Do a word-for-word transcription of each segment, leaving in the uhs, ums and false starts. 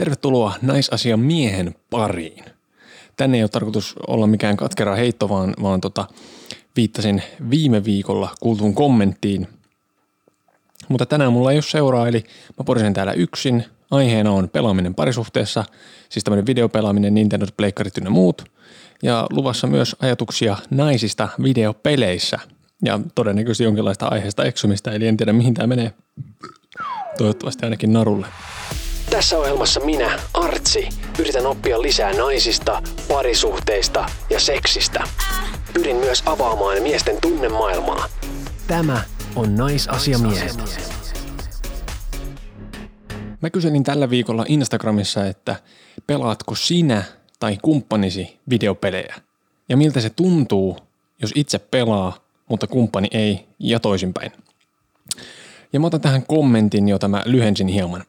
Tervetuloa naisasian miehen pariin. Tänne ei ole tarkoitus olla mikään katkera heitto, vaan, vaan tota, viittasin viime viikolla kuultuun kommenttiin. Mutta tänään mulla ei ole seuraa, eli mä porisen täällä yksin. Aiheena on pelaaminen parisuhteessa, siis tämmöinen videopelaaminen, Nintendo, pleikkarit ynnä muut. Ja luvassa myös ajatuksia naisista videopeleissä. Ja todennäköisesti jonkinlaista aiheesta eksymistä, eli en tiedä mihin tää menee. Toivottavasti ainakin narulle. Tässä ohjelmassa minä, Artsi, yritän oppia lisää naisista, parisuhteista ja seksistä. Pyrin myös avaamaan miesten tunnemaailmaa. Tämä on Naisasiamiehet. Mä kyselin tällä viikolla Instagramissa, että pelaatko sinä tai kumppanisi videopelejä? Ja miltä se tuntuu, jos itse pelaa, mutta kumppani ei ja toisinpäin. Ja mä otan tähän kommentin, jota mä lyhensin hieman.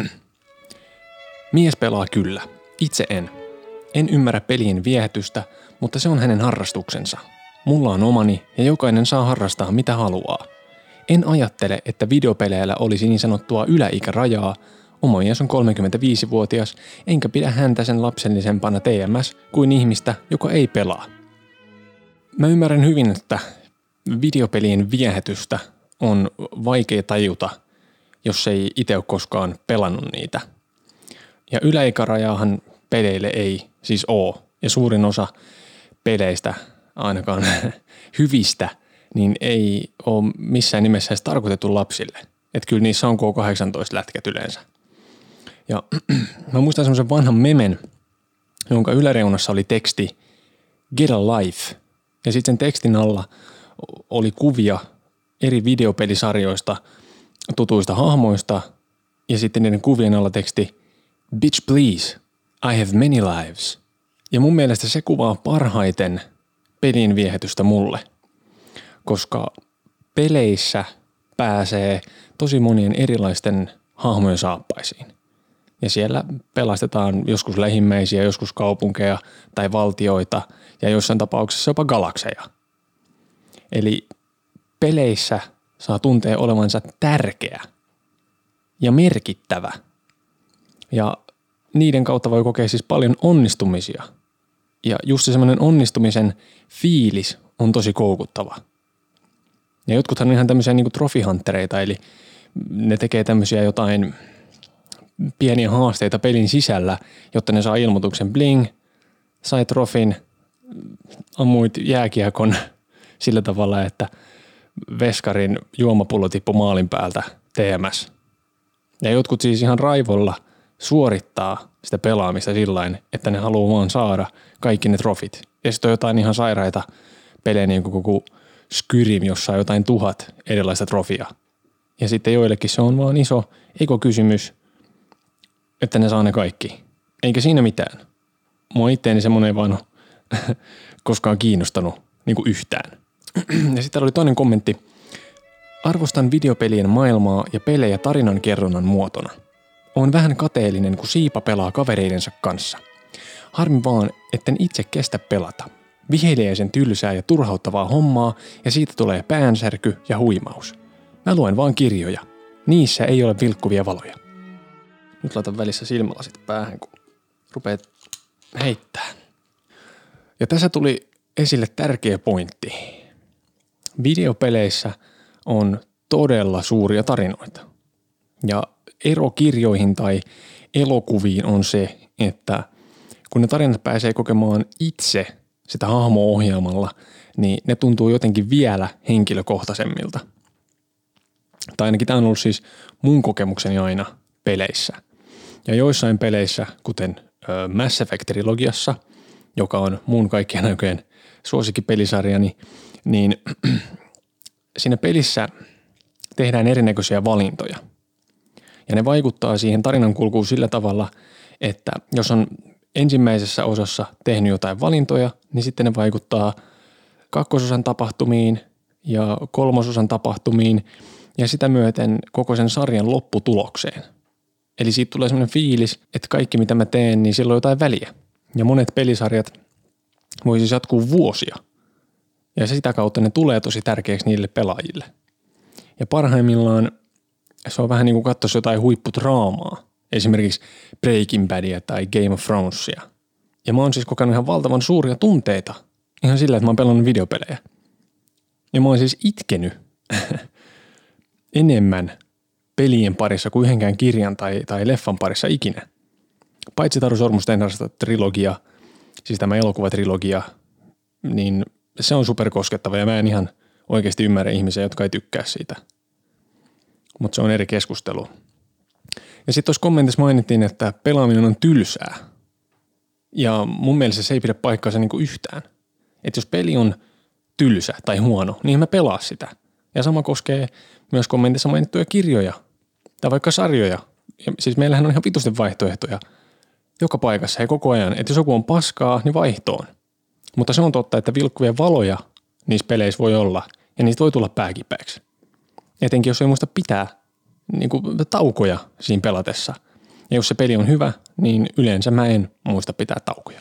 Mies pelaa kyllä. Itse en. En ymmärrä pelien viehätystä, mutta se on hänen harrastuksensa. Mulla on omani ja jokainen saa harrastaa mitä haluaa. En ajattele, että videopeleillä olisi niin sanottua yläikärajaa. Oma mies on kolmekymmentäviisivuotias, enkä pidä häntä sen lapsellisempana T M S kuin ihmistä, joka ei pelaa. Mä ymmärrän hyvin, että videopelien viehätystä on vaikea tajuta, jos ei itse ole koskaan pelannut niitä. Ja yläikärajaahan peleille ei siis ole. Ja suurin osa peleistä, ainakaan hyvistä, niin ei ole missään nimessä edes tarkoitettu lapsille. Että kyllä niissä on K kahdeksantoista lätkät yleensä. Ja mä muistan semmoisen vanhan memen, jonka yläreunassa oli teksti Get a life. Ja sitten sen tekstin alla oli kuvia eri videopelisarjoista, tutuista hahmoista. Ja sitten niiden kuvien alla teksti Bitch please, I have many lives. Ja mun mielestä se kuvaa parhaiten pelin viehätystä mulle, koska peleissä pääsee tosi monien erilaisten hahmojen saappaisiin. Ja siellä pelastetaan joskus lähimmäisiä, joskus kaupunkeja tai valtioita ja jossain tapauksessa jopa galakseja. Eli peleissä saa tuntea olevansa tärkeä ja merkittävä. Ja niiden kautta voi kokea siis paljon onnistumisia. Ja just se semmoinen onnistumisen fiilis on tosi koukuttava. Ja jotkuthan on ihan tämmöisiä niinku trofihanttereita, eli ne tekee tämmöisiä jotain pieniä haasteita pelin sisällä, jotta ne saa ilmoituksen bling, sai trofin, ammuit jääkiekon sillä tavalla, että veskarin juomapullo tippui maalin päältä T M S. Ja jotkut siis ihan raivolla suorittaa sitä pelaamista sillain, että ne haluaa vaan saada kaikki ne trofit. Ja sitten on jotain ihan sairaita pelejä, niin kuin koko Skyrim, jossa on jotain tuhat erilaista trofia. Ja sitten joillekin se on vaan iso ekokysymys, että ne saa ne kaikki. Eikä siinä mitään. Mua itteeni semmoinen ei vaan ole koskaan kiinnostanut niin kuin yhtään. Ja sitten oli toinen kommentti. Arvostan videopelien maailmaa ja pelejä tarinankerronnan muotona. Oon vähän kateellinen, kun Siipa pelaa kavereidensa kanssa. Harmi vaan, etten itse kestä pelata. Viheliäisen tylsää ja turhauttavaa hommaa ja siitä tulee päänsärky ja huimaus. Mä luen vaan kirjoja. Niissä ei ole vilkkuvia valoja. Nyt laitan välissä silmälasit päähän, kun rupeat heittää. Ja tässä tuli esille tärkeä pointti. Videopeleissä on todella suuria tarinoita. Ja ero kirjoihin tai elokuviin on se, että kun ne tarinat pääsee kokemaan itse sitä hahmoa ohjaamalla, niin ne tuntuu jotenkin vielä henkilökohtaisemmilta. Tai ainakin tämä on ollut siis mun kokemukseni aina peleissä. Ja joissain peleissä, kuten ö, Mass Effect-trilogiassa, joka on mun kaikkien aikojen suosikkipelisarjani, niin siinä pelissä tehdään erinäköisiä valintoja. Ja ne vaikuttaa siihen tarinan kulkuun sillä tavalla, että jos on ensimmäisessä osassa tehnyt jotain valintoja, niin sitten ne vaikuttaa kakkososan tapahtumiin ja kolmososan tapahtumiin ja sitä myöten koko sen sarjan lopputulokseen. Eli siitä tulee sellainen fiilis, että kaikki mitä mä teen, niin sillä on jotain väliä. Ja monet pelisarjat voi siis jatkuu vuosia. Ja sitä kautta ne tulee tosi tärkeäksi niille pelaajille. Ja parhaimmillaan se on vähän niin kuin katsoisi jotain huippudraamaa. esimerkiksi Breaking Badia tai Game of Thronesia. Ja mä oon siis kokenut ihan valtavan suuria tunteita ihan sillä, että mä oon pelannut videopelejä. Ja mä oon siis itkenyt enemmän pelien parissa kuin yhdenkään kirjan tai, tai leffan parissa ikinä. Paitsi Taru Sormusten trilogia, siis tämä elokuvatrilogia, niin se on superkoskettava ja mä en ihan oikeasti ymmärrä ihmisiä, jotka ei tykkää siitä. Mutta se on eri keskustelu. Ja sitten tuossa kommentissa mainittiin, että pelaaminen on tylsää. Ja mun mielestä se ei pidä paikkaansa niinku yhtään. Että jos peli on tylsä tai huono, niin mä pelaa sitä. Ja sama koskee myös kommentissa mainittuja kirjoja tai vaikka sarjoja. Ja siis meillähän on ihan vitusten vaihtoehtoja joka paikassa ja koko ajan. Että jos joku on paskaa, niin vaihtoon. Mutta se on totta, että vilkkuvia valoja niissä peleissä voi olla ja niistä voi tulla pääkipäiksi. Etenkin jos ei muista pitää niin kuin taukoja siinä pelatessa. Ja jos se peli on hyvä, niin yleensä mä en muista pitää taukoja.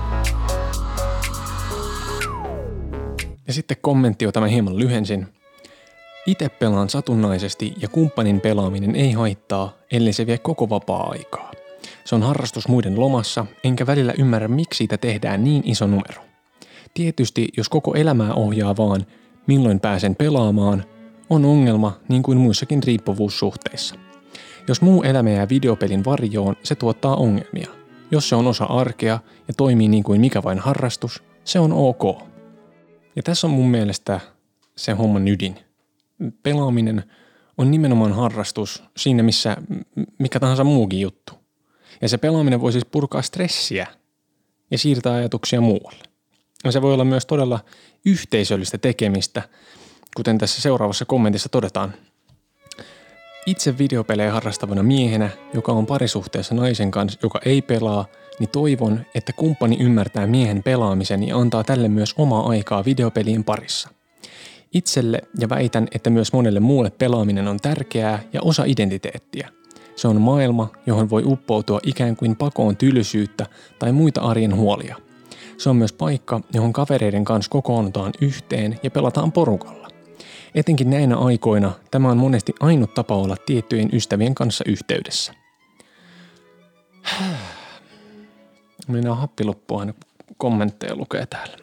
Ja sitten kommentti, jota mä hieman lyhensin. Itse pelaan satunnaisesti ja kumppanin pelaaminen ei haittaa, ellei se vie koko vapaa-aikaa. Se on harrastus muiden lomassa, enkä välillä ymmärrä, miksi siitä tehdään niin iso numero. Tietysti, jos koko elämää ohjaa vaan, milloin pääsen pelaamaan, on ongelma niin kuin muissakin riippuvuussuhteissa. Jos muu elämä jää videopelin varjoon, se tuottaa ongelmia. Jos se on osa arkea ja toimii niin kuin mikä vain harrastus, se on ok. Ja tässä on mun mielestä se homman ydin. Pelaaminen on nimenomaan harrastus siinä, missä mikä tahansa muukin juttu. Ja se pelaaminen voi siis purkaa stressiä ja siirtää ajatuksia muualle. Ja se voi olla myös todella yhteisöllistä tekemistä, kuten tässä seuraavassa kommentissa todetaan. Itse videopelejä harrastavana miehenä, joka on parisuhteessa naisen kanssa, joka ei pelaa, niin toivon, että kumppani ymmärtää miehen pelaamisen ja antaa tälle myös omaa aikaa videopelien parissa. Itselle ja väitän, että myös monelle muulle pelaaminen on tärkeää ja osa identiteettiä. Se on maailma, johon voi uppoutua ikään kuin pakoon tylsyyttä tai muita arjen huolia. Se on myös paikka, johon kavereiden kanssa kokoonnutaan yhteen ja pelataan porukalla. Etenkin näinä aikoina tämä on monesti ainut tapa olla tiettyjen ystävien kanssa yhteydessä. Minä on happi loppu aina kommentteja lukee täällä.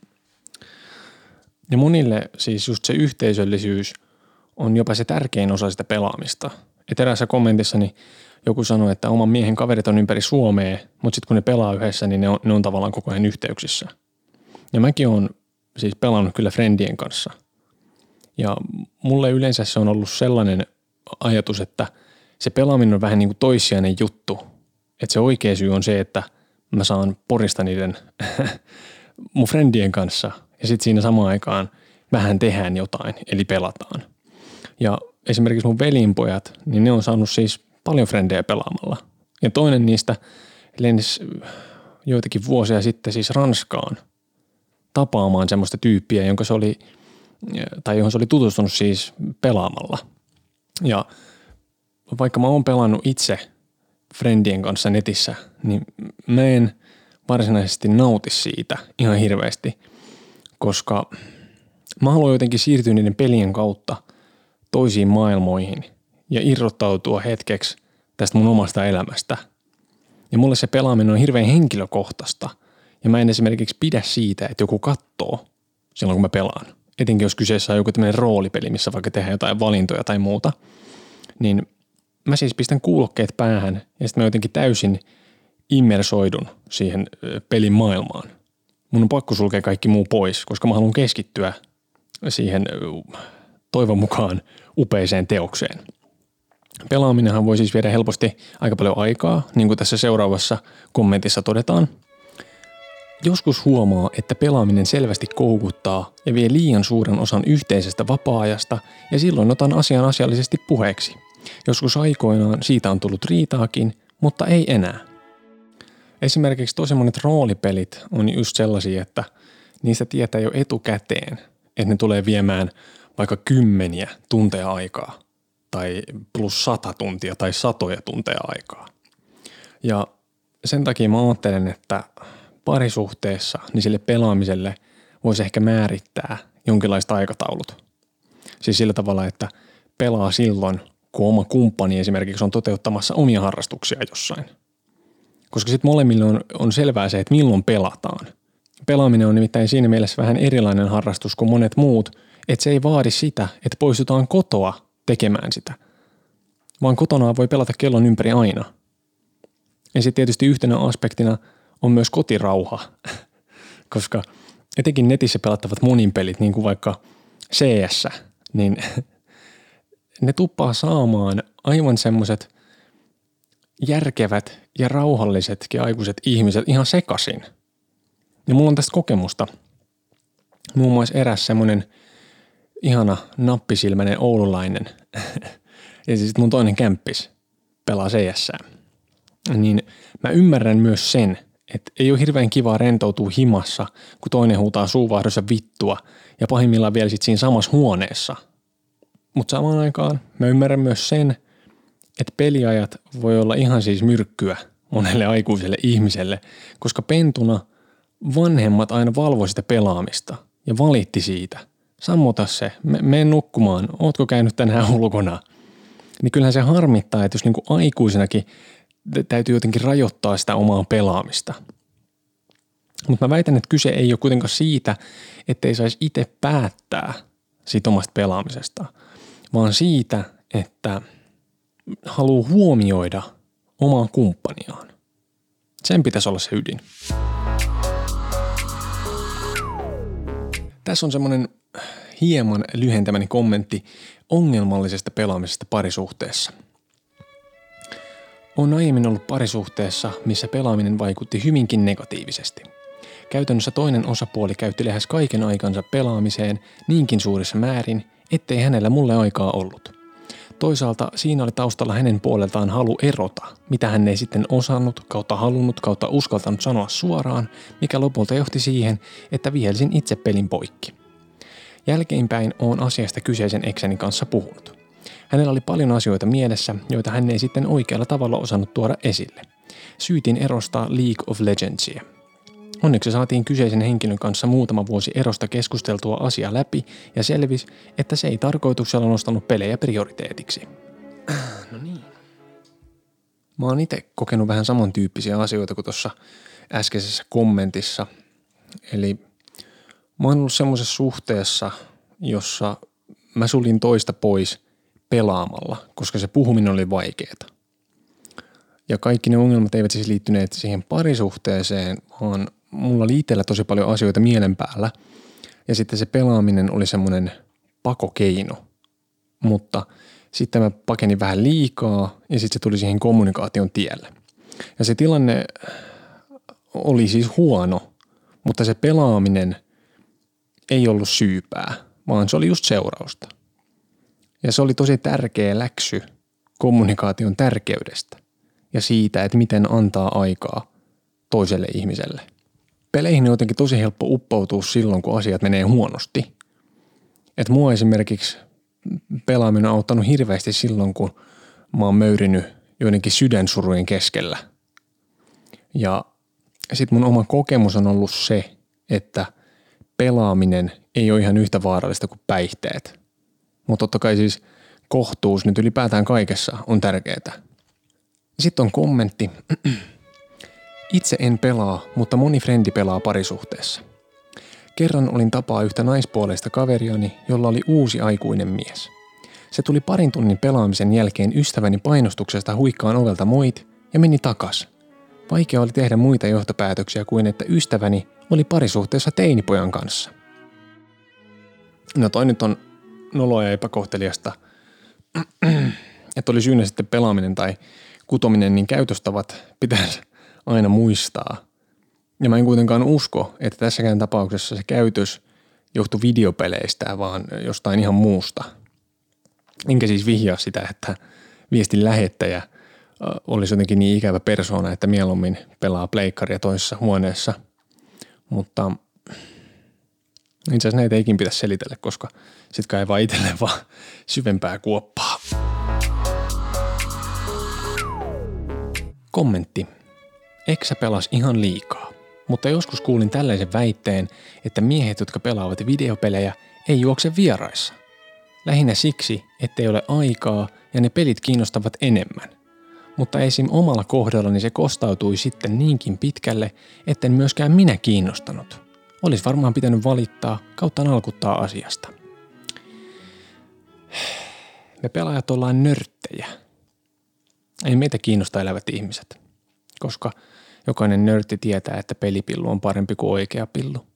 Ja monille siis just se yhteisöllisyys on jopa se tärkein osa sitä pelaamista. Et eräässä kommentissani joku sanoi, että oman miehen kaverit on ympäri Suomea, mutta sitten kun ne pelaa yhdessä, niin ne on, ne on tavallaan koko ajan yhteyksissä. Ja mäkin olen siis pelannut kyllä friendien kanssa. Ja mulle yleensä se on ollut sellainen ajatus, että se pelaaminen on vähän niin kuin toissijainen juttu. Että se oikea syy on se, että mä saan porista niiden mun friendien kanssa ja sitten siinä samaan aikaan vähän tehdään jotain, eli pelataan. Ja esimerkiksi mun velinpojat, niin ne on saanut siis paljon frendejä pelaamalla. Ja toinen niistä lensi joitakin vuosia sitten siis Ranskaan tapaamaan semmoista tyyppiä, jonka se oli, tai johon se oli tutustunut siis pelaamalla. Ja vaikka mä oon pelannut itse friendien kanssa netissä, niin mä en varsinaisesti nauti siitä ihan hirveästi, koska mä haluan jotenkin siirtyä niiden pelien kautta toisiin maailmoihin ja irrottautua hetkeksi tästä mun omasta elämästä. Ja mulle se pelaaminen on hirveän henkilökohtaista ja mä en esimerkiksi pidä siitä, että joku katsoo silloin kun mä pelaan. Etenkin jos kyseessä on joku tämmöinen roolipeli, missä vaikka tehdään jotain valintoja tai muuta, niin mä siis pistän kuulokkeet päähän ja sitten mä jotenkin täysin immersoidun siihen pelin maailmaan. Mun on pakko sulkea kaikki muu pois, koska mä haluan keskittyä siihen toivon mukaan upeiseen teokseen. Pelaaminenhan voi siis viedä helposti aika paljon aikaa, niin kuin tässä seuraavassa kommentissa todetaan. Joskus huomaa, että pelaaminen selvästi koukuttaa ja vie liian suuren osan yhteisestä vapaa-ajasta ja silloin otan asian asiallisesti puheeksi. Joskus aikoinaan siitä on tullut riitaakin, mutta ei enää. Esimerkiksi tosi monet roolipelit on just sellaisia, että niistä tietää jo etukäteen, että ne tulee viemään vaikka kymmeniä tunteja aikaa tai plus sata tuntia tai satoja tunteja aikaa. Ja sen takia mä ajattelen, että parisuhteessa niin sille pelaamiselle voisi ehkä määrittää jonkinlaista aikataulut. Siis sillä tavalla, että pelaa silloin, kun oma kumppani esimerkiksi on toteuttamassa omia harrastuksia jossain. Koska sitten molemmille on, on selvää se, että milloin pelataan. Pelaaminen on nimittäin siinä mielessä vähän erilainen harrastus kuin monet muut, että se ei vaadi sitä, että poistutaan kotoa tekemään sitä, vaan kotona voi pelata kellon ympäri aina. Ja sitten tietysti yhtenä aspektina on myös kotirauha, koska etenkin netissä pelattavat moninpelit, niin kuin vaikka C S, niin ne tuppaa saamaan aivan semmoiset järkevät ja rauhallisetkin aikuiset ihmiset ihan sekaisin. Ja mulla on tästä kokemusta. Muun muassa eräs semmoinen ihana nappisilmäinen oululainen ja siis mun toinen kämppis pelaa C S. Niin mä ymmärrän myös sen, että ei ole hirveän kivaa rentoutua himassa, kun toinen huutaa suuvahdossa vittua ja pahimmillaan vielä sit siinä samassa huoneessa. Mutta samaan aikaan mä ymmärrän myös sen, että peliajat voi olla ihan siis myrkkyä monelle aikuiselle ihmiselle, koska pentuna vanhemmat aina valvoi sitä pelaamista ja valitti siitä. Sammota se, mene nukkumaan, ootko käynyt tänään ulkona? Niin kyllähän se harmittaa, että jos niinku aikuisenakin täytyy jotenkin rajoittaa sitä omaa pelaamista. Mutta mä väitän, että kyse ei ole kuitenkaan siitä, ettei saisi itse päättää siitä omasta pelaamisesta, vaan siitä, että haluaa huomioida omaa kumppaniaan. Sen pitäisi olla se ydin. Tässä on semmoinen hieman lyhentämäni kommentti ongelmallisesta pelaamisesta parisuhteessa. Olen aiemmin ollut parisuhteessa, missä pelaaminen vaikutti hyvinkin negatiivisesti. Käytännössä toinen osapuoli käytti lähes kaiken aikansa pelaamiseen niinkin suurissa määrin, ettei hänellä mulle aikaa ollut. Toisaalta siinä oli taustalla hänen puoleltaan halu erota, mitä hän ei sitten osannut, kautta halunnut, kautta uskaltanut sanoa suoraan, mikä lopulta johti siihen, että vihelsin itse pelin poikki. Jälkeenpäin olen asiasta kyseisen ekseni kanssa puhunut. Hänellä oli paljon asioita mielessä, joita hän ei sitten oikealla tavalla osannut tuoda esille. Syytin erosta League of Legendsia. Onneksi saatiin kyseisen henkilön kanssa muutama vuosi erosta keskusteltua asiaa läpi ja selvisi, että se ei tarkoituksella nostanut pelejä prioriteetiksi. No niin. Mä oon itse kokenut vähän samantyyppisiä asioita kuin tuossa äskeisessä kommentissa. Eli mä oon ollut semmoisessa suhteessa, jossa mä suljin toista pois pelaamalla, koska se puhuminen oli vaikeaa. Ja kaikki ne ongelmat eivät siis liittyneet siihen parisuhteeseen, vaan mulla oli itsellä tosi paljon asioita mielen päällä. Ja sitten se pelaaminen oli semmoinen pakokeino. Mutta sitten mä pakenin vähän liikaa ja sitten se tuli siihen kommunikaation tielle. Ja se tilanne oli siis huono, mutta se pelaaminen ei ollut syypää, vaan se oli just seurausta. Ja se oli tosi tärkeä läksy kommunikaation tärkeydestä ja siitä, että miten antaa aikaa toiselle ihmiselle. Peleihin on jotenkin tosi helppo uppoutua silloin, kun asiat menee huonosti. Et mua esimerkiksi pelaaminen on auttanut hirveästi silloin, kun mä oon möyrinyt joidenkin sydänsurujen keskellä. Ja sit mun oma kokemus on ollut se, että pelaaminen ei ole ihan yhtä vaarallista kuin päihteet. Mutta totta kai siis kohtuus nyt ylipäätään kaikessa on tärkeää. Sitten on kommentti. Itse en pelaa, mutta moni frendi pelaa parisuhteessa. Kerran olin tapaa yhtä naispuoleista kaveriani, jolla oli uusi aikuinen mies. Se tuli parin tunnin pelaamisen jälkeen ystäväni painostuksesta huikkaan ovelta moit ja meni takas. Vaikea oli tehdä muita johtopäätöksiä kuin että ystäväni oli parisuhteessa teinipojan kanssa. No toi nyt on noloa ja epäkohteliasta, että oli syynä sitten pelaaminen tai kutominen, niin käytöstavat pitäisi aina muistaa. Ja mä en kuitenkaan usko, että tässäkään tapauksessa se käytös johtui videopeleistä, vaan jostain ihan muusta. Enkä siis vihjaa sitä, että viestin lähettäjä olisi jotenkin niin ikävä persoona, että mieluummin pelaa pleikkaria toisessa huoneessa. Mutta itse asiassa näitä eikin pitäisi selitellä, koska sit kaivaa itselleen vaan syvempää kuoppaa. Kommentti. Eksä pelasi ihan liikaa, mutta joskus kuulin tällaisen väitteen, että miehet, jotka pelaavat videopelejä, ei juokse vieraissa. Lähinnä siksi, ettei ole aikaa ja ne pelit kiinnostavat enemmän. Mutta esim. Omalla kohdallani se kostautui sitten niinkin pitkälle, etten myöskään minä kiinnostanut. Olisi varmaan pitänyt valittaa kautta nalkuttaa asiasta. Me pelaajat ollaan nörttejä. Ei meitä kiinnosta elävät ihmiset, koska jokainen nörtti tietää, että pelipillu on parempi kuin oikea pillu.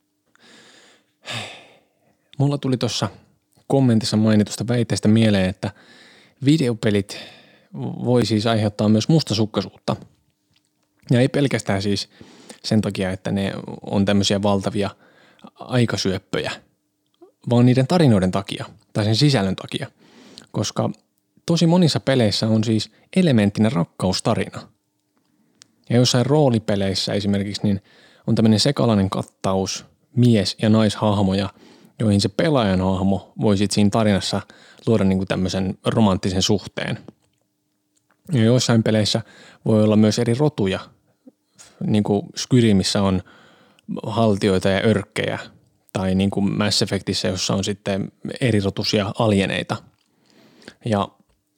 Mulla tuli tuossa kommentissa mainitusta väitteestä mieleen, että videopelit voi siis aiheuttaa myös mustasukkaisuutta. Ja ei pelkästään siis sen takia, että ne on tämmöisiä valtavia aikasyöppöjä, vaan niiden tarinoiden takia tai sen sisällön takia, koska tosi monissa peleissä on siis elementtinä rakkaustarina. Ja jossain roolipeleissä esimerkiksi niin on tämmöinen sekalainen kattaus mies- ja naishahmoja, joihin se pelaajan hahmo voi sitten siinä tarinassa luoda niinku tämmöisen romanttisen suhteen. Ja joissain peleissä voi olla myös eri rotuja, niin kuin Skyrimissä on haltioita ja örkkejä, tai niin kuin Mass Effectissä, jossa on sitten erirotuisia alieneita. Ja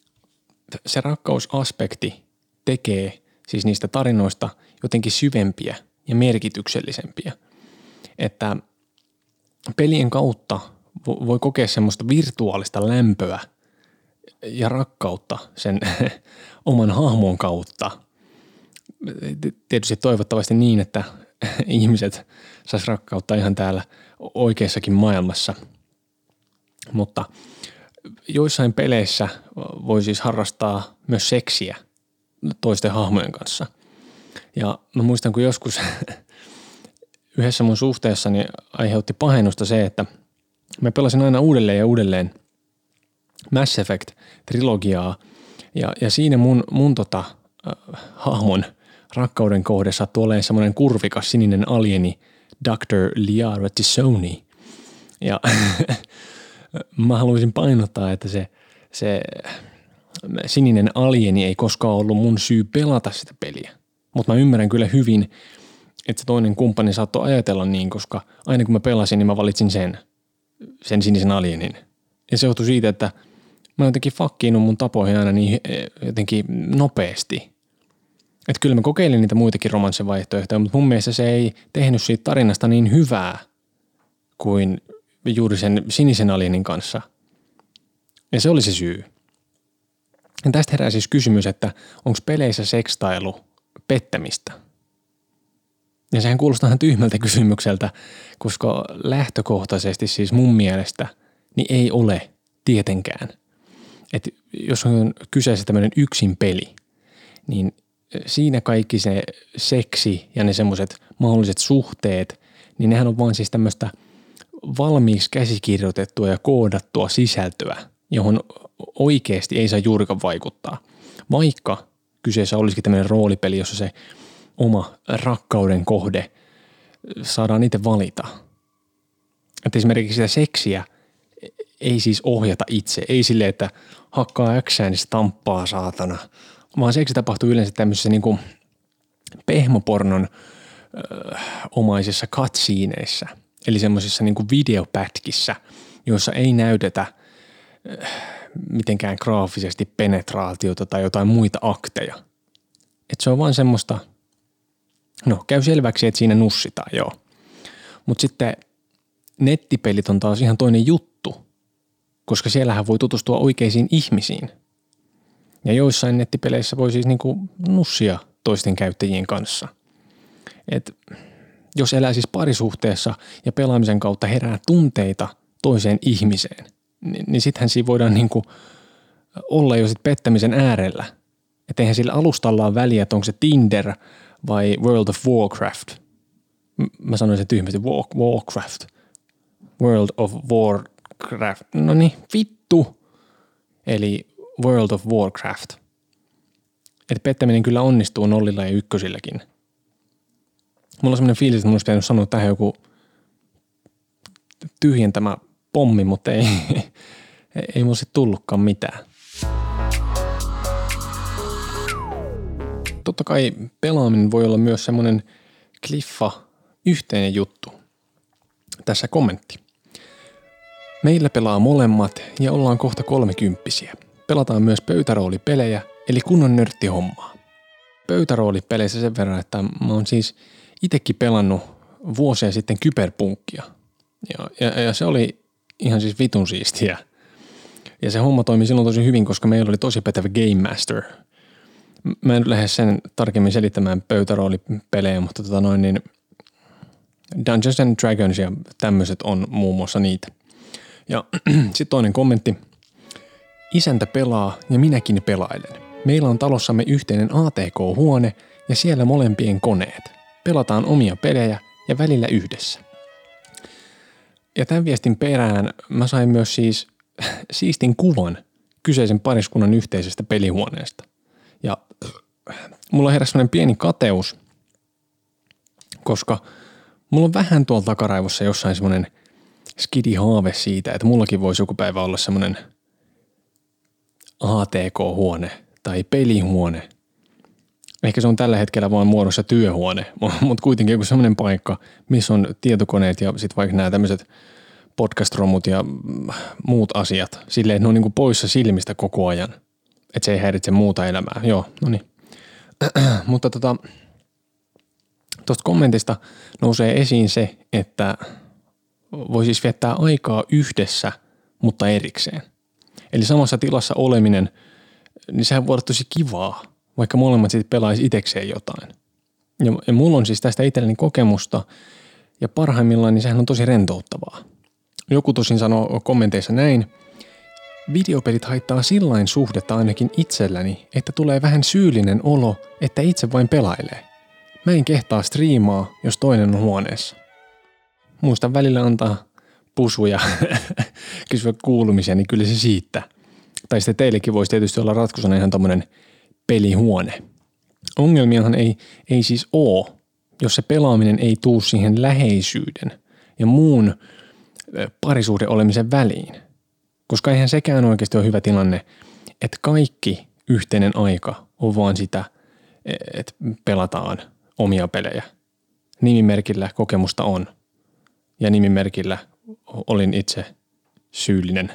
se rakkausaspekti tekee siis niistä tarinoista jotenkin syvempiä ja merkityksellisempiä. Että pelien kautta voi kokea semmoista virtuaalista lämpöä ja rakkautta sen oman hahmon kautta. Tietysti toivottavasti niin, että ihmiset sais rakkautta ihan täällä oikeassakin maailmassa. Mutta joissain peleissä voi siis harrastaa myös seksiä toisten hahmojen kanssa. Ja mä muistan, kun joskus yhdessä mun suhteessani aiheutti pahennusta se, että mä pelasin aina uudelleen ja uudelleen Mass Effect-trilogiaa ja, ja siinä mun, mun tota, äh, hahmon rakkauden kohde sattui olemaan semmoinen kurvikas sininen alieni doktor Liara T'Soni. Ja mä haluaisin painottaa, että se, se sininen alieni ei koskaan ollut mun syy pelata sitä peliä. Mutta mä ymmärrän kyllä hyvin, että se toinen kumppani saattoi ajatella niin, koska aina kun mä pelasin, niin mä valitsin sen, sen sinisen alienin. Ja se johtui siitä, että mä oon jotenkin fakkiinut mun tapoihin aina niin jotenkin nopeasti. Että kyllä mä kokeilin niitä muitakin romanssivaihtoehtoja, mutta mun mielestä se ei tehnyt siitä tarinasta niin hyvää kuin juuri sen sinisen alienin kanssa. Ja se oli se syy. Ja tästä herää siis kysymys, että onko peleissä sekstailu pettämistä? Ja sehän kuulostaa ihan tyhmältä kysymykseltä, koska lähtökohtaisesti siis mun mielestä niin ei ole tietenkään. Että jos on kyseessä tämmöinen yksin peli, niin siinä kaikki se seksi ja ne semmoiset mahdolliset suhteet, niin nehän on vaan siis tämmöistä valmiiksi käsikirjoitettua ja koodattua sisältöä, johon oikeasti ei saa juurikaan vaikuttaa. Vaikka kyseessä olisikin tämmöinen roolipeli, jossa se oma rakkauden kohde saadaan itse valita. Että esimerkiksi sitä seksiä ei siis ohjata itse. Ei silleen, että hakkaa Xää, niin se tamppaa saatana. Vaan seksi tapahtuu yleensä tämmöisessä niin kuin pehmopornon ö, omaisissa cutsceneissä. Eli semmoisissa niin kuin videopätkissä, joissa ei näytetä ö, mitenkään graafisesti penetraatiota tai jotain muita akteja. Että se on vaan semmoista, no käy selväksi, että siinä nussitaan, joo. Mutta sitten nettipelit on taas ihan toinen juttu, koska siellähän voi tutustua oikeisiin ihmisiin. Ja joissain nettipeleissä voi siis niinku nussia toisten käyttäjien kanssa. Et jos elää siis parisuhteessa ja pelaamisen kautta herää tunteita toiseen ihmiseen, niin, niin sittenhän siinä voidaan niinku olla jo sit pettämisen äärellä. Että eihän sillä alustalla ole väliä, että onko se Tinder vai World of Warcraft. Mä sanoin se tyhmästi, Warcraft. World of Warcraft. No niin, vittu. Eli World of Warcraft. Että pettäminen kyllä onnistuu nollilla ja ykkösilläkin. Mulla on semmoinen fiilis, että mun olisi pitänyt sanoa tähän joku tyhjentämä pommi, mutta ei, ei mulla sitten tullutkaan mitään. Totta kai pelaaminen voi olla myös semmoinen kliffa yhteinen juttu. Tässä kommentti. Meillä pelaa molemmat ja ollaan kohta kolmekymppisiä. Pelataan myös pöytäroolipelejä, eli kunnon nörttihommaa. Pöytäroolipeleissä sen verran, että mä oon siis itsekin pelannut vuosia sitten kyberpunkkia. Ja, ja, ja se oli ihan siis vitun siistiä. Ja se homma toimi silloin tosi hyvin, koska meillä oli tosi pätevä Game Master. Mä en lähde sen tarkemmin selittämään pöytäroolipelejä, mutta tota noin niin Dungeons and Dragons ja tämmöiset on muun muassa niitä. Ja sitten toinen kommentti. Isäntä pelaa ja minäkin pelailen. Meillä on talossamme yhteinen A T K-huone ja siellä molempien koneet. Pelataan omia pelejä ja välillä yhdessä. Ja tämän viestin perään mä sain myös siis siistin kuvan kyseisen pariskunnan yhteisestä pelihuoneesta. Ja mulla heräsi sellainen pieni kateus, koska mulla on vähän tuolla takaraivossa jossain semmoinen skidi-haave siitä, että mullakin voisi joku päivä olla semmoinen A T K-huone tai pelihuone. Ehkä se on tällä hetkellä vaan muodossa työhuone, mutta kuitenkin joku semmoinen paikka, missä on tietokoneet ja sitten vaikka nämä tämmöiset podcast-romut ja muut asiat. Silleen, että ne on niinku poissa silmistä koko ajan. Että se ei häiritse muuta elämää. Joo, no niin. Mutta tota, tuosta kommentista nousee esiin se, että voi siis viettää aikaa yhdessä, mutta erikseen. Eli samassa tilassa oleminen, niin sehän voi olla tosi kivaa, vaikka molemmat sitten pelaisi itsekseen jotain. Ja, ja mulla on siis tästä itselleni kokemusta, ja parhaimmillaan niin sehän on tosi rentouttavaa. Joku tosin sanoo kommenteissa näin, videopelit haittaa sillain suhdetta ainakin itselläni, että tulee vähän syyllinen olo, että itse vain pelailee. Mä en kehtaa striimaa, jos toinen on huoneessa. Muistan välillä antaa pusuja, kysyä kuulumisia, niin kyllä se siitä. Tai sitten teillekin voisi tietysti olla ratkaisuna ihan tommonen pelihuone. Ongelmiahan ei, ei siis oo, jos se pelaaminen ei tuu siihen läheisyyden ja muun parisuhde olemisen väliin. Koska eihän sekään oikeasti ole hyvä tilanne, että kaikki yhteinen aika on vaan sitä, että pelataan omia pelejä. Nimimerkillä kokemusta on. Ja nimimerkillä olin itse syyllinen.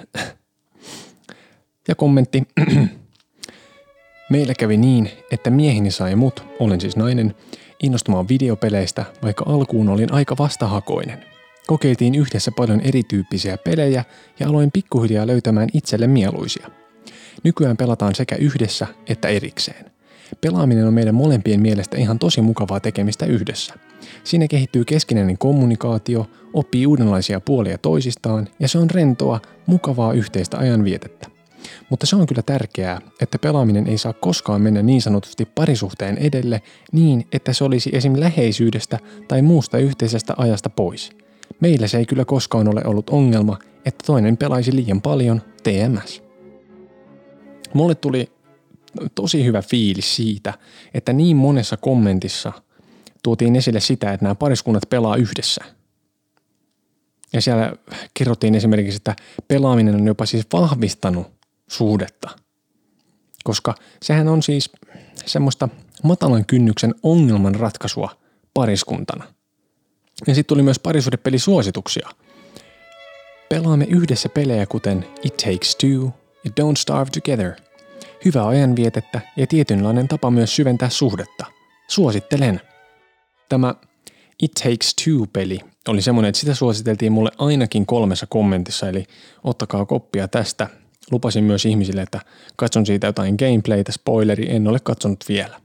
Ja kommentti. Meillä kävi niin, että mieheni sai mut, olen siis nainen, innostumaan videopeleistä, vaikka alkuun olin aika vastahakoinen. Kokeiltiin yhdessä paljon erityyppisiä pelejä ja aloin pikkuhiljaa löytämään itselle mieluisia. Nykyään pelataan sekä yhdessä että erikseen. Pelaaminen on meidän molempien mielestä ihan tosi mukavaa tekemistä yhdessä. Siinä kehittyy keskinäinen kommunikaatio, oppii uudenlaisia puolia toisistaan ja se on rentoa, mukavaa yhteistä ajanvietettä. Mutta se on kyllä tärkeää, että pelaaminen ei saa koskaan mennä niin sanotusti parisuhteen edelle niin, että se olisi esim. Läheisyydestä tai muusta yhteisestä ajasta pois. Meillä se ei kyllä koskaan ole ollut ongelma, että toinen pelaisi liian paljon T M S. Mulle tuli tosi hyvä fiilis siitä, että niin monessa kommentissa tuotiin esille sitä, että nämä pariskunnat pelaa yhdessä. Ja siellä kerrottiin esimerkiksi, että pelaaminen on jopa siis vahvistanut suhdetta. Koska sehän on siis semmoista matalan kynnyksen ongelmanratkaisua pariskuntana. Ja sitten tuli myös parisuhdepelisuosituksia. Pelaamme yhdessä pelejä kuten It Takes Two ja Don't Starve Together. Hyvää ajanvietettä ja tietynlainen tapa myös syventää suhdetta. Suosittelen. Tämä It Takes Two-peli oli semmoinen, että sitä suositeltiin mulle ainakin kolmessa kommentissa, eli ottakaa koppia tästä. Lupasin myös ihmisille, että katson siitä jotain gameplaytä, spoileri, en ole katsonut vielä.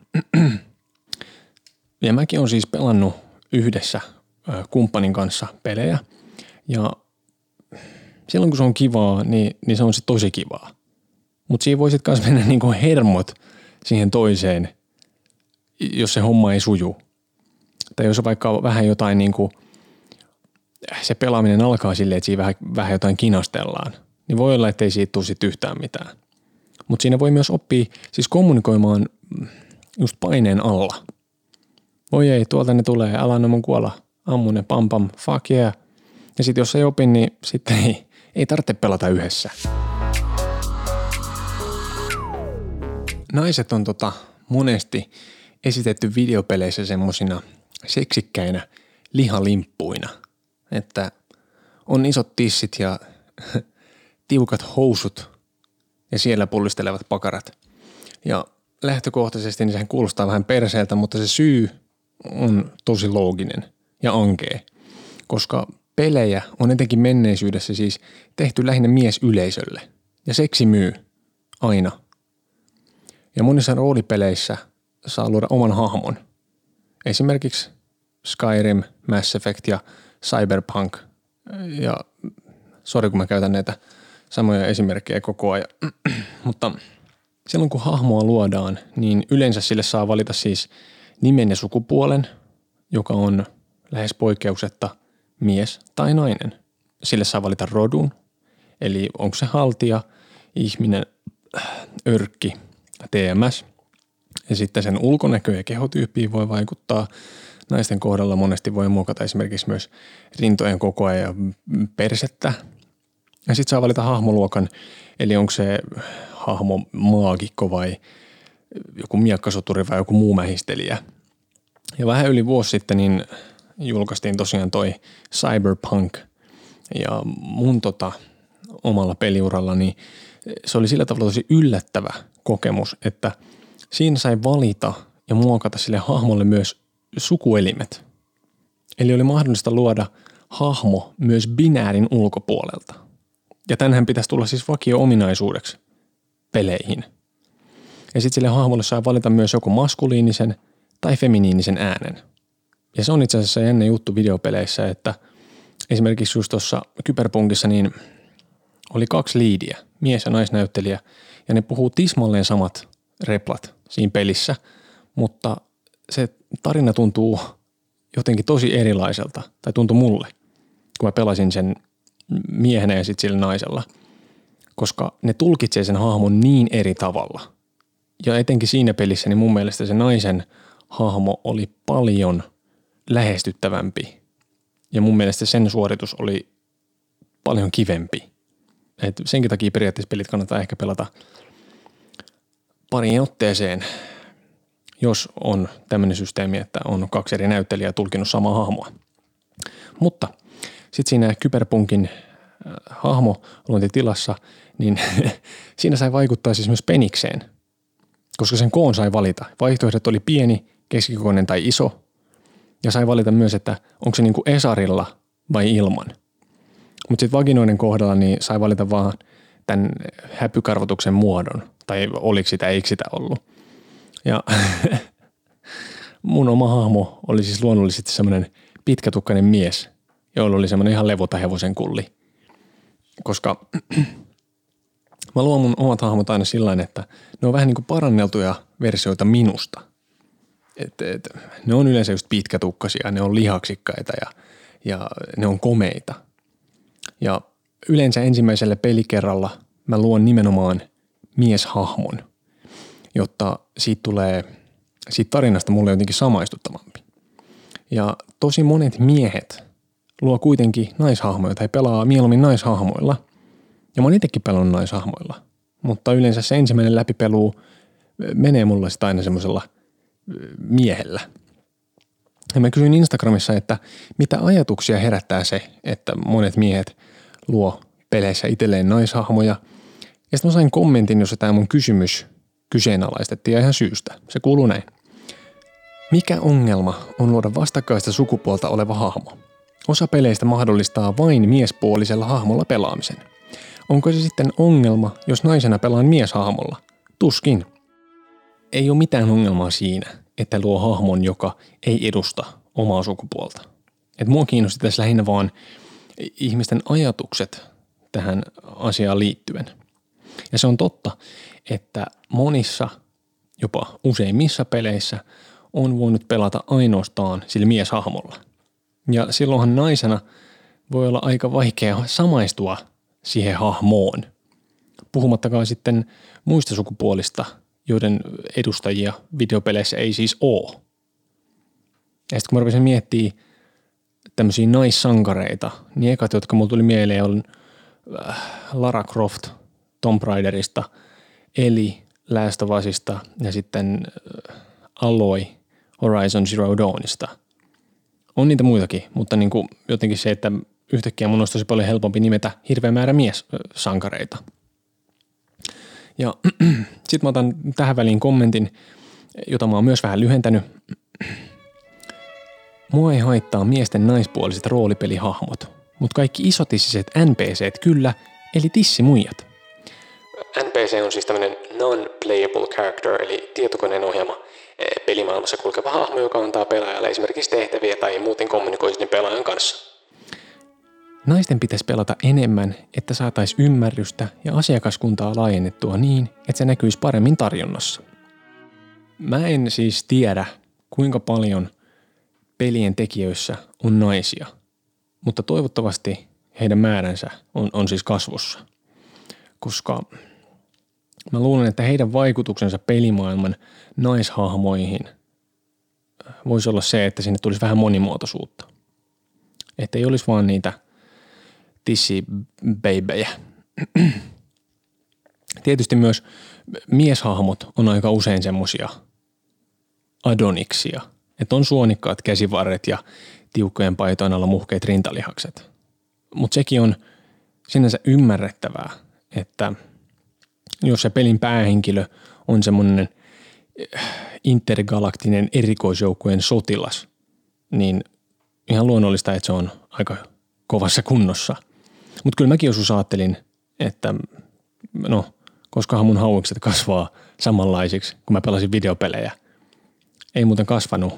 Ja mäkin olen siis pelannut yhdessä kumppanin kanssa pelejä, ja silloin kun se on kivaa, niin, niin se on sitten tosi kivaa. Mutta siinä voi sitten myös mennä niinku hermot siihen toiseen, jos se homma ei suju. Tai jos vaikka vähän jotain niinku, se pelaaminen alkaa silleen, että siinä vähän, vähän jotain kinastellaan, niin voi olla, että ei siitä tule sit yhtään mitään. Mutta siinä voi myös oppia siis kommunikoimaan just paineen alla. Voi ei, tuolta ne tulee, älä anna mun kuolla, ammu ne, pam pam, fuck yeah. Ja sitten jos ei opi, niin sitten ei, ei tarvitse pelata yhdessä. Naiset on tota monesti esitetty videopeleissä semmosina seksikkäinä lihalimppuina, että on isot tissit ja tiukat housut ja siellä pullistelevat pakarat. Ja lähtökohtaisesti niin sehän kuulostaa vähän perseeltä, mutta se syy on tosi looginen ja ankea, koska pelejä on etenkin menneisyydessä siis tehty lähinnä miesyleisölle ja seksi myy aina. Ja monissa roolipeleissä saa luoda oman hahmon. Esimerkiksi Skyrim, Mass Effect ja Cyberpunk. Ja sori kun mä käytän näitä samoja esimerkkejä koko ajan. Mutta silloin kun hahmoa luodaan, niin yleensä sille saa valita siis nimen ja sukupuolen, joka on lähes poikkeuksetta mies tai nainen. Sille saa valita rodun, eli onko se haltija, ihminen, örkki, T M S. Ja sitten sen ulkonäkö ja kehotyyppiin voi vaikuttaa. Naisten kohdalla monesti voi muokata esimerkiksi myös rintojen kokoa ja persettä. Ja sitten saa valita hahmoluokan, eli onko se hahmo maagikko vai joku miekkasoturi vai joku muu mähistelijä. Ja vähän yli vuosi sitten niin julkaistiin tosiaan toi Cyberpunk ja mun tota omalla peliurallani se oli sillä tavalla tosi yllättävä kokemus, että siinä sai valita ja muokata sille hahmolle myös sukuelimet. Eli oli mahdollista luoda hahmo myös binäärin ulkopuolelta. Ja tänhän pitäisi tulla siis vakio-ominaisuudeksi peleihin. Ja sitten sille hahmolle sai valita myös joko maskuliinisen tai feminiinisen äänen. Ja se on itse asiassa jännä juttu videopeleissä, että esimerkiksi just tuossa Cyberpunkissa niin oli kaksi liidiä, mies- ja naisnäyttelijä, ja ne puhuu tismalleen samat replat siinä pelissä, mutta se tarina tuntuu jotenkin tosi erilaiselta, tai tuntui mulle, kun mä pelasin sen miehenä ja sitten sillä naisella, koska ne tulkitsee sen hahmon niin eri tavalla. Ja etenkin siinä pelissä niin mun mielestä se naisen hahmo oli paljon lähestyttävämpi, ja mun mielestä sen suoritus oli paljon kivempi. Et senkin takia periaatteessa pelit kannattaa ehkä pelata pariin otteeseen, jos on tämmöinen systeemi, että on kaksi eri näyttelijää tulkinut samaa hahmoa. Mutta sitten siinä Cyberpunkin äh, hahmoluontitilassa, niin siinä sai vaikuttaa siis myös penikseen, koska sen koon sai valita. Vaihtoehdot oli pieni, keskikokoinen tai iso, ja sai valita myös, että onko se niinku esarilla vai ilman. Mutta sitten vaginoiden kohdalla niin sai valita vaan tämän häpykarvotuksen muodon, tai oliko sitä, eikö sitä ollut. Ja mun oma hahmo oli siis luonnollisesti semmoinen pitkätukkainen mies, jolla oli semmoinen ihan levota hevosen kulli. Koska mä luon mun omat hahmot aina sillain, että ne on vähän niin kuin paranneltuja versioita minusta. Et, et, ne on yleensä just pitkätukkaisia, ne on lihaksikkaita ja, ja ne on komeita. Ja yleensä ensimmäisellä pelikerralla mä luon nimenomaan mieshahmon, jotta siitä tulee, siitä tarinasta mulle jotenkin samaistuttavampi. Ja tosi monet miehet luo kuitenkin naishahmoja tai pelaa mieluummin naishahmoilla. Ja mä oon itsekin pelannut naishahmoilla, mutta yleensä se ensimmäinen läpipelu menee mulle sitä aina semmoisella miehellä. Ja mä kysyin Instagramissa, että mitä ajatuksia herättää se, että monet miehet luo peleissä itselleen naishahmoja. Ja sitten mä sain kommentin, jossa tämä mun kysymys kyseenalaistettiin ja ihan syystä. Se kuuluu näin. Mikä ongelma on luoda vastakkaista sukupuolta oleva hahmo? Osa peleistä mahdollistaa vain miespuolisella hahmolla pelaamisen. Onko se sitten ongelma, jos naisena pelaan mieshahmolla? Tuskin. Ei ole mitään ongelmaa siinä, että luo hahmon, joka ei edusta omaa sukupuolta. Et mua kiinnosti tässä lähinnä vaan ihmisten ajatukset tähän asiaan liittyen. Ja se on totta, että monissa, jopa useimmissa peleissä on voinut pelata ainoastaan sillä mieshahmolla. Ja silloinhan naisena voi olla aika vaikea samaistua siihen hahmoon. Puhumattakaan sitten muista sukupuolista, joiden edustajia videopeleissä ei siis ole. Ja sitten kun mä rupesin miettimään tämmöisiä naissankareita, niin ekat, jotka mulla tuli mieleen, on Lara Croft Tomb Raiderista, Eli Last of Usista ja sitten Aloy Horizon Zero Dawnista. On niitä muitakin, mutta niin kuin jotenkin se, että yhtäkkiä mun olisi tosi paljon helpompi nimetä hirveä määrä mies-sankareita. Ja sit mä otan tähän väliin kommentin, jota mä oon myös vähän lyhentänyt. Mua ei haittaa miesten naispuoliset roolipelihahmot, mutta kaikki isotissiset N P C:t kyllä, eli tissimuijat. N P C on siis tämmöinen non-playable character, eli tietokoneen ohjaama pelimaailmassa kulkeva hahmo, joka antaa pelaajalle esimerkiksi tehtäviä tai muuten kommunikoi sen pelaajan kanssa. Naisten pitäisi pelata enemmän, että saataisiin ymmärrystä ja asiakaskuntaa laajennettua niin, että se näkyisi paremmin tarjonnassa. Mä en siis tiedä, kuinka paljon pelien tekijöissä on naisia, mutta toivottavasti heidän määränsä on, on siis kasvussa, koska mä luulen, että heidän vaikutuksensa pelimaailman naishahmoihin voisi olla se, että sinne tulisi vähän monimuotoisuutta. Että ei olisi vaan niitä tissibabejä. Tietysti myös mieshahmot on aika usein semmosia adoniksia, että on suonikkaat käsivarret ja tiukkojen paitojen alla muhkeat rintalihakset. Mutta sekin on sinänsä ymmärrettävää, että jos se pelin päähenkilö on semmoinen intergalaktinen erikoisjoukkueen sotilas, niin ihan luonnollista, että se on aika kovassa kunnossa. Mutta kyllä mäkin joskus ajattelin, että no, koskahan mun hauikset kasvaa samanlaisiksi, kun mä pelasin videopelejä. Ei muuten kasvanut.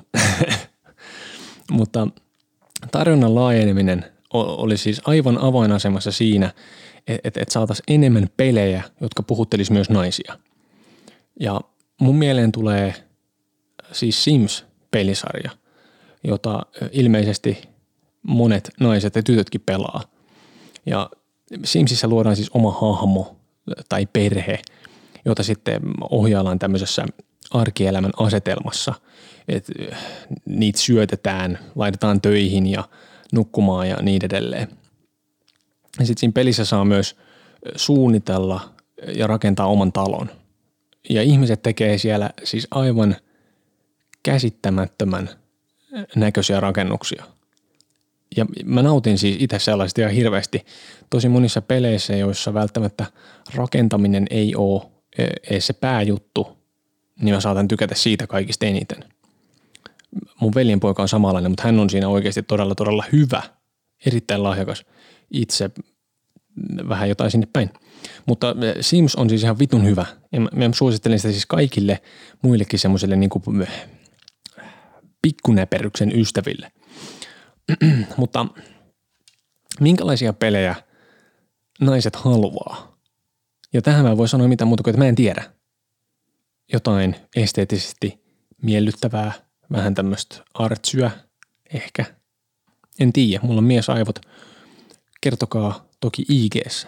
Mutta tarjonnan laajeneminen oli siis aivan avainasemassa siinä, että et saataisiin enemmän pelejä, jotka puhuttelisi myös naisia. Ja mun mieleen tulee siis Sims-pelisarja, jota ilmeisesti monet naiset ja tytötkin pelaa. Ja Simsissä luodaan siis oma hahmo tai perhe, jota sitten ohjaillaan tämmöisessä arkielämän asetelmassa, että niitä syötetään, laitetaan töihin ja nukkumaan ja niin edelleen. Ja sitten siinä pelissä saa myös suunnitella ja rakentaa oman talon. Ja ihmiset tekee siellä siis aivan käsittämättömän näköisiä rakennuksia. Ja mä nautin siis itse sellaista ihan hirveästi. Tosi monissa peleissä, joissa välttämättä rakentaminen ei ole edes se pääjuttu, niin mä saatan tykätä siitä kaikista eniten. Mun veljenpoika on samanlainen, mutta hän on siinä oikeasti todella, todella hyvä. Erittäin lahjakas. Itse vähän jotain sinne päin. Mutta Sims on siis ihan vitun hyvä. Ja mä, mä suosittelen sitä siis kaikille muillekin semmoiselle niin kuin pikkunäperryksen ystäville. Mutta minkälaisia pelejä naiset haluaa? Ja tähän mä voin sanoa mitään muuta kuin, että mä en tiedä. Jotain esteettisesti miellyttävää, vähän tämmöistä artsyä ehkä. En tiedä, mulla on miesaivot. Kertokaa toki I G:ssä.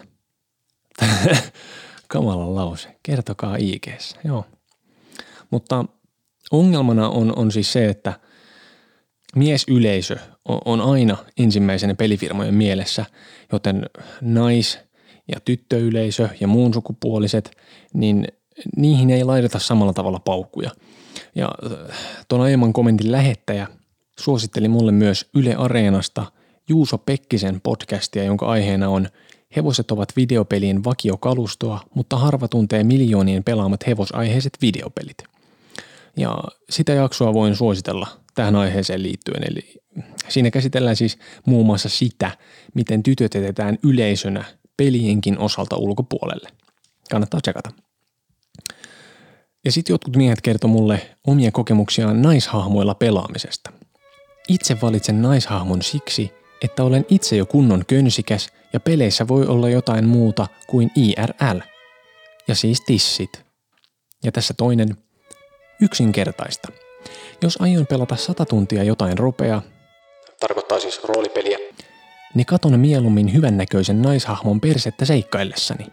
Kamala lause. Kertokaa I G:ssä, joo. Mutta ongelmana on, on siis se, että miesyleisö on, on aina ensimmäisenä pelifirmojen mielessä, joten nais- ja tyttöyleisö ja muun sukupuoliset, niin niihin ei laiteta samalla tavalla paukkuja. Ja tuon aiemman kommentin lähettäjä suositteli mulle myös Yle Areenasta Juuso Pekkisen podcastia, jonka aiheena on Hevoset ovat videopelien vakiokalustoa, mutta harva tuntee miljoonien pelaamat hevosaiheiset videopelit. Ja sitä jaksoa voin suositella tähän aiheeseen liittyen. Eli siinä käsitellään siis muun muassa sitä, miten tytöt jätetään yleisönä pelienkin osalta ulkopuolelle. Kannattaa tsekata. Ja sitten jotkut miehet kertoi mulle omia kokemuksiaan naishahmoilla pelaamisesta. Itse valitsen naishahmon siksi, että olen itse jo kunnon könsikäs ja peleissä voi olla jotain muuta kuin I R L. Ja siis tissit. Ja tässä toinen. Yksinkertaista. Jos aion pelata sata tuntia jotain ropeaa, tarkoittaa siis roolipeliä, niin katon mieluummin hyvännäköisen naishahmon persettä seikkaillessani.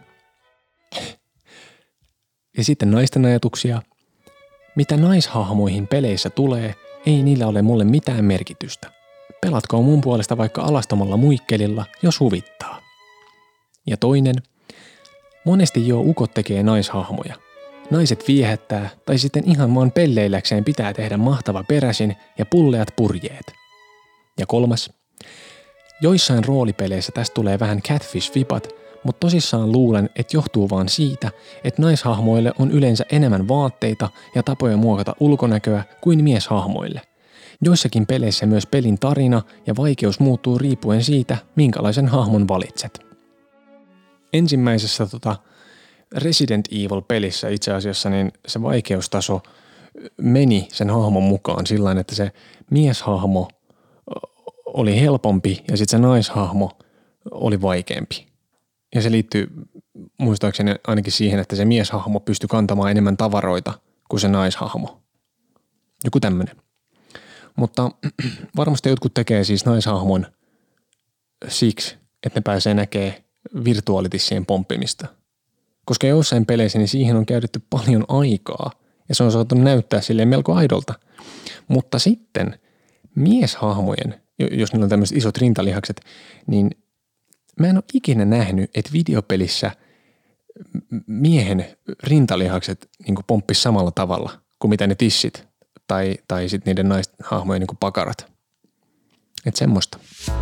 Ja sitten naisten ajatuksia. Mitä naishahmoihin peleissä tulee, ei niillä ole mulle mitään merkitystä. Pelatkaa mun puolesta vaikka alastomalla muikkelilla, jos huvittaa. Ja toinen. Monesti jo ukot tekee naishahmoja. Naiset viehättää tai sitten ihan vaan pelleilläkseen pitää tehdä mahtava peräsin ja pulleat purjeet. Ja kolmas. Joissain roolipeleissä tästä tulee vähän catfish-vipat, mutta tosissaan luulen, että johtuu vaan siitä, että naishahmoille on yleensä enemmän vaatteita ja tapoja muokata ulkonäköä kuin mieshahmoille. Joissakin peleissä myös pelin tarina ja vaikeus muuttuu riippuen siitä, minkälaisen hahmon valitset. Ensimmäisessä tota, Resident Evil-pelissä itse asiassa niin se vaikeustaso meni sen hahmon mukaan sillain, että se mieshahmo oli helpompi ja sitten se naishahmo oli vaikeampi. Ja se liittyy muistaakseni ainakin siihen, että se mieshahmo pystyi kantamaan enemmän tavaroita kuin se naishahmo. Joku tämmöinen. Mutta varmasti jotkut tekee siis naishahmon siksi, että ne pääsee näkemään virtuaalitissien pomppimista. Koska joissain peleissä niin siihen on käytetty paljon aikaa ja se on saatu näyttää silleen melko aidolta. Mutta sitten mieshahmojen, jos niillä on tämmöiset isot rintalihakset, niin mä en ole ikinä nähnyt, että videopelissä miehen rintalihakset niin kuin pomppis samalla tavalla kuin mitä ne tissit tai, tai sitten niiden naishahmojen niin kuin pakarat. Että semmoista.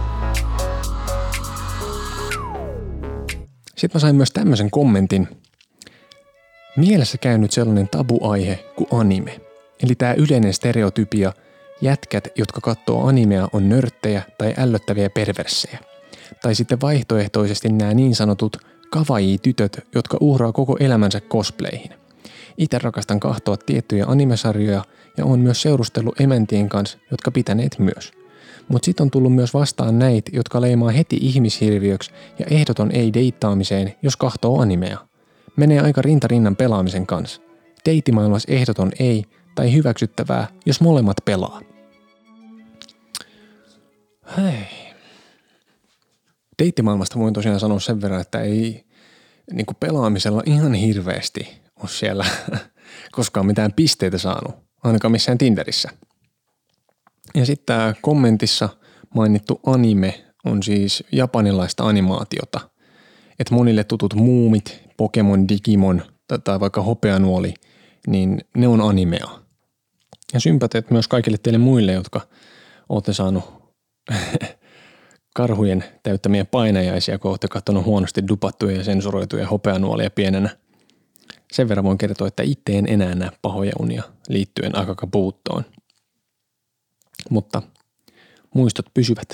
Sitten mä sain myös tämmöisen kommentin. Mielessä käynyt sellainen tabuaihe kuin anime. Eli tää yleinen stereotypia, jätkät, jotka katsoo animea, on nörttejä tai ällöttäviä perversejä. Tai sitten vaihtoehtoisesti nämä niin sanotut kawaii-tytöt, jotka uhraa koko elämänsä cosplayhin. Itse rakastan kahtoa tiettyjä animesarjoja ja on myös seurustellut emäntien kanssa, jotka pitäneet myös. Mutta sitten on tullut myös vastaan näitä, jotka leimaa heti ihmishirviöksi ja ehdoton ei deittaamiseen, jos kahtoo animea. Menee aika rintarinnan pelaamisen kanssa. Deittimaailmassa ehdoton ei tai hyväksyttävää, jos molemmat pelaa. Hei. Deittimaailmasta voin tosiaan sanoa sen verran, että ei niin kuin pelaamisella ihan hirveästi ole siellä koskaan mitään pisteitä saanut, ainakaan missään Tinderissä. Ja sitten tämä kommentissa mainittu anime on siis japanilaista animaatiota. Että monille tutut muumit, Pokemon, Digimon tai vaikka hopeanuoli, niin ne on animea. Ja sympateet myös kaikille teille muille, jotka olette saanut karhujen täyttämiä painajaisia, kun olette katsonut huonosti dupattuja ja sensuroituja hopeanuolia pienenä. Sen verran voin kertoa, että itse en enää näe pahoja unia liittyen Akakabuuttoon. Mutta muistot pysyvät.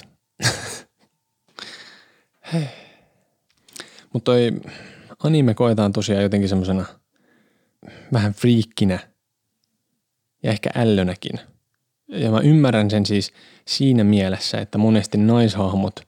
Mutta toi anime koetaan tosiaan jotenkin semmosena vähän friikkinä ja ehkä ällönäkin. Ja mä ymmärrän sen siis siinä mielessä, että monesti naishahmot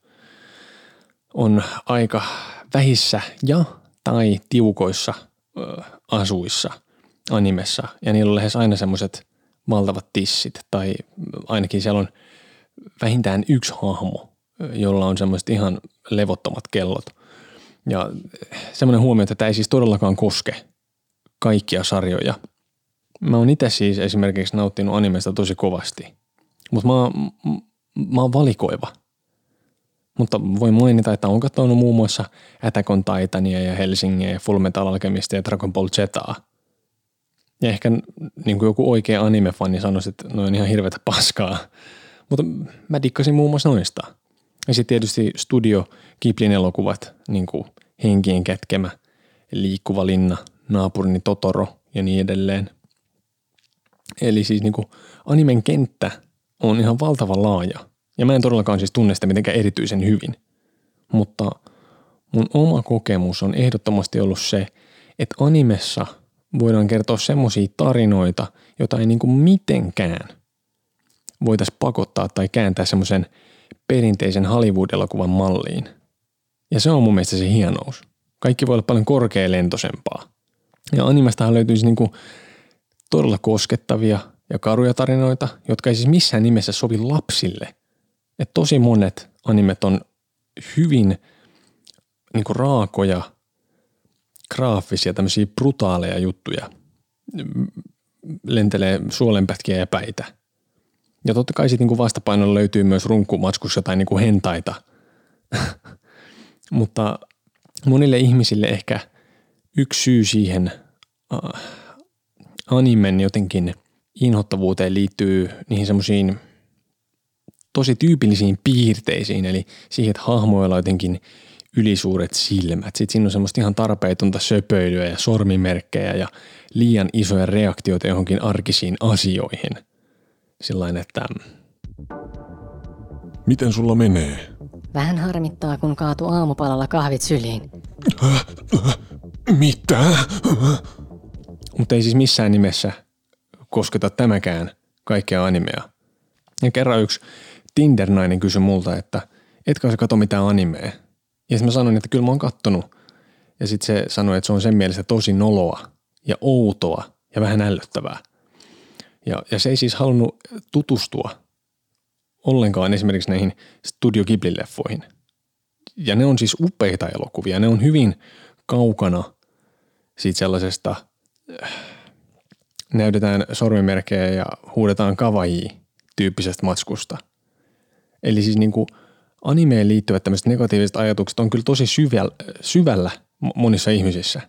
on aika vähissä ja tai tiukoissa ö, asuissa animessa. Ja niillä on lähes aina semmoiset valtavat tissit tai ainakin siellä on vähintään yksi hahmo, jolla on semmoiset ihan levottomat kellot. Ja semmoinen huomio, että tämä ei siis todellakaan koske kaikkia sarjoja. Mä oon itse siis esimerkiksi nauttinut animesta tosi kovasti, mutta mä, mä oon valikoiva. Mutta voin mainita, että oon katsonut muun muassa Attack on Titania ja Helsingiä ja Full Metal Alchemista ja Dragon Ball Zetaa. Ja ehkä niin kuin joku oikea anime-fani sanoisi, että ne on ihan hirveätä paskaa. Mutta mä dikkasin muun muassa noista. Ja sitten tietysti Studio Ghiblin elokuvat, niin kuin Henkien kätkemä, Liikkuva linna, Naapurini Totoro ja niin edelleen. Eli siis niin kuin animen kenttä on ihan valtavan laaja. Ja mä en todellakaan siis tunne sitä mitenkään erityisen hyvin. Mutta mun oma kokemus on ehdottomasti ollut se, että animessa voidaan kertoa semmosia tarinoita, joita ei niin kuin mitenkään voitaisiin pakottaa tai kääntää semmoisen perinteisen Hollywood-elokuvan malliin. Ja se on mun mielestä se hienous. Kaikki voi olla paljon korkealentoisempaa. Ja animestahan löytyisi niinku todella koskettavia ja karuja tarinoita, jotka ei siis missään nimessä sovi lapsille. Et tosi monet animet on hyvin niinku raakoja, graafisia, tämmöisiä brutaaleja juttuja. Lentelee suolenpätkiä ja päitä. Ja totta kai sitten niinku vastapainolla löytyy myös runkkumatskussa tai niinku hentaita. Mutta monille ihmisille ehkä yksi syy siihen äh, animen jotenkin inhottavuuteen liittyy niihin semmoisiin tosi tyypillisiin piirteisiin, eli siihen, että hahmoilla on jotenkin ylisuuret silmät. Sitten siinä on semmoista ihan tarpeetonta söpöilyä ja sormimerkkejä ja liian isoja reaktioita johonkin arkisiin asioihin. Sillain, että... Miten sulla menee? Vähän harmittaa, kun kaatu aamupalalla kahvit syliin. Mitä? Mutta ei siis missään nimessä kosketa tämäkään kaikkea animea. Ja kerran yksi Tinder-nainen kysyi multa, että etkö sä kato mitään animea? Ja sitten mä sanoin, että kyllä mä oon kattonut. Ja sitten se sanoi, että se on sen mielestä tosi noloa ja outoa ja vähän ällöttävää. Ja, ja se ei siis halunnut tutustua ollenkaan esimerkiksi näihin Studio Ghibli-leffoihin. Ja ne on siis upeita elokuvia. Ne on hyvin kaukana siitä sellaisesta, äh, näytetään sormimerkkejä ja huudetaan kawaii-tyyppisestä matskusta. Eli siis niinku animeen liittyvät tämmöiset negatiiviset ajatukset on kyllä tosi syvällä, syvällä monissa ihmisissä.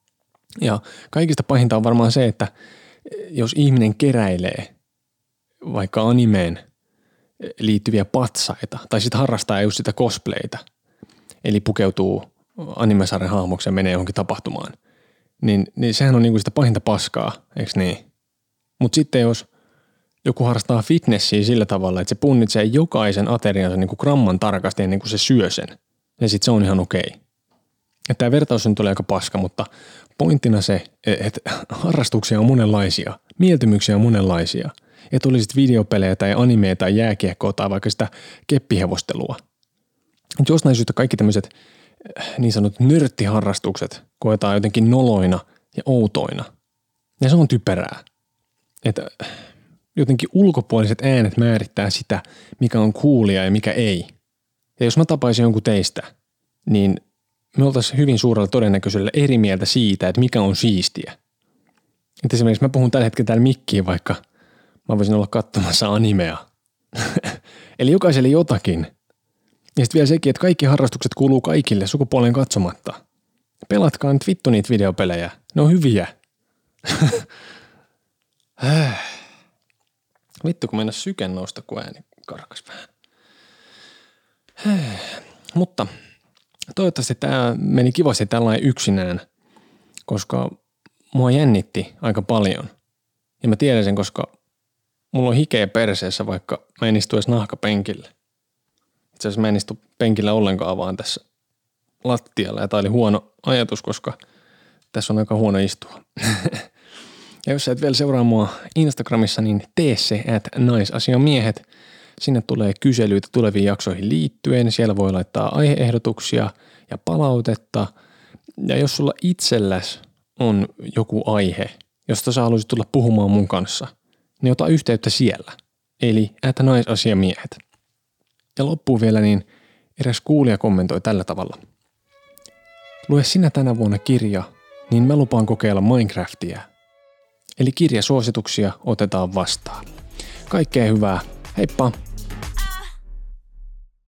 Ja kaikista pahinta on varmaan se, että jos ihminen keräilee vaikka animeen liittyviä patsaita, tai sitten harrastaa just sitä cosplayta, eli pukeutuu animesarjan hahmoksi ja menee johonkin tapahtumaan, niin, niin sehän on niinku sitä pahinta paskaa, eikö niin? Mutta sitten jos joku harrastaa fitnessiä sillä tavalla, että se punnitsee jokaisen ateriansa niinku gramman tarkasti ennen kuin se syö sen, ja sitten se on ihan okei. Ja tämä vertaus nyt tulee aika paska, mutta pointtina se, että harrastuksia on monenlaisia, mieltymyksiä on monenlaisia. Että oli sitten videopelejä tai animea tai jääkiekkoa tai vaikka sitä keppihevostelua. Mutta jostain syystä kaikki tämmöiset niin sanotut nörttiharrastukset koetaan jotenkin noloina ja outoina. Ja se on typerää. Että jotenkin ulkopuoliset äänet määrittää sitä, mikä on coolia ja mikä ei. Ja jos mä tapaisin jonkun teistä, niin me oltaisiin hyvin suurella todennäköisyydellä eri mieltä siitä, että mikä on siistiä. Että esimerkiksi mä puhun tällä hetkellä täällä mikkiin, vaikka mä voisin olla katsomassa animea. Eli jokaiselle jotakin. Ja sitten vielä sekin, että kaikki harrastukset kuuluu kaikille sukupuoleen katsomatta. Pelatkaa nyt vittu niitä videopelejä. Ne on hyviä. Vittu, kun mennä syken nousta, kun ääni karkas vähän. Mutta toivottavasti tämä meni kivasti tällainen yksinään, koska mua jännitti aika paljon. Ja mä tiedän sen, koska mulla on hikeä perseessä, vaikka mä en istu edes nahkapenkillä. Itse asiassa mä en istu penkillä ollenkaan, vaan tässä lattialla. Ja tää oli huono ajatus, koska tässä on aika huono istua. Ja jos sä et vielä seuraa mua Instagramissa, niin tee se at naisasiamiehet. Sinne tulee kyselyitä tuleviin jaksoihin liittyen. Siellä voi laittaa aiheehdotuksia ja palautetta. Ja jos sulla itselläs on joku aihe, josta sä haluaisit tulla puhumaan mun kanssa, niin ota yhteyttä siellä. Eli at naisasiamiehet. Ja loppuun vielä niin eräs kuulija kommentoi tällä tavalla. Lue sinä tänä vuonna kirja, niin mä lupaan kokeilla Minecraftia. Eli kirjasuosituksia otetaan vastaan. Kaikkea hyvää. Heippa!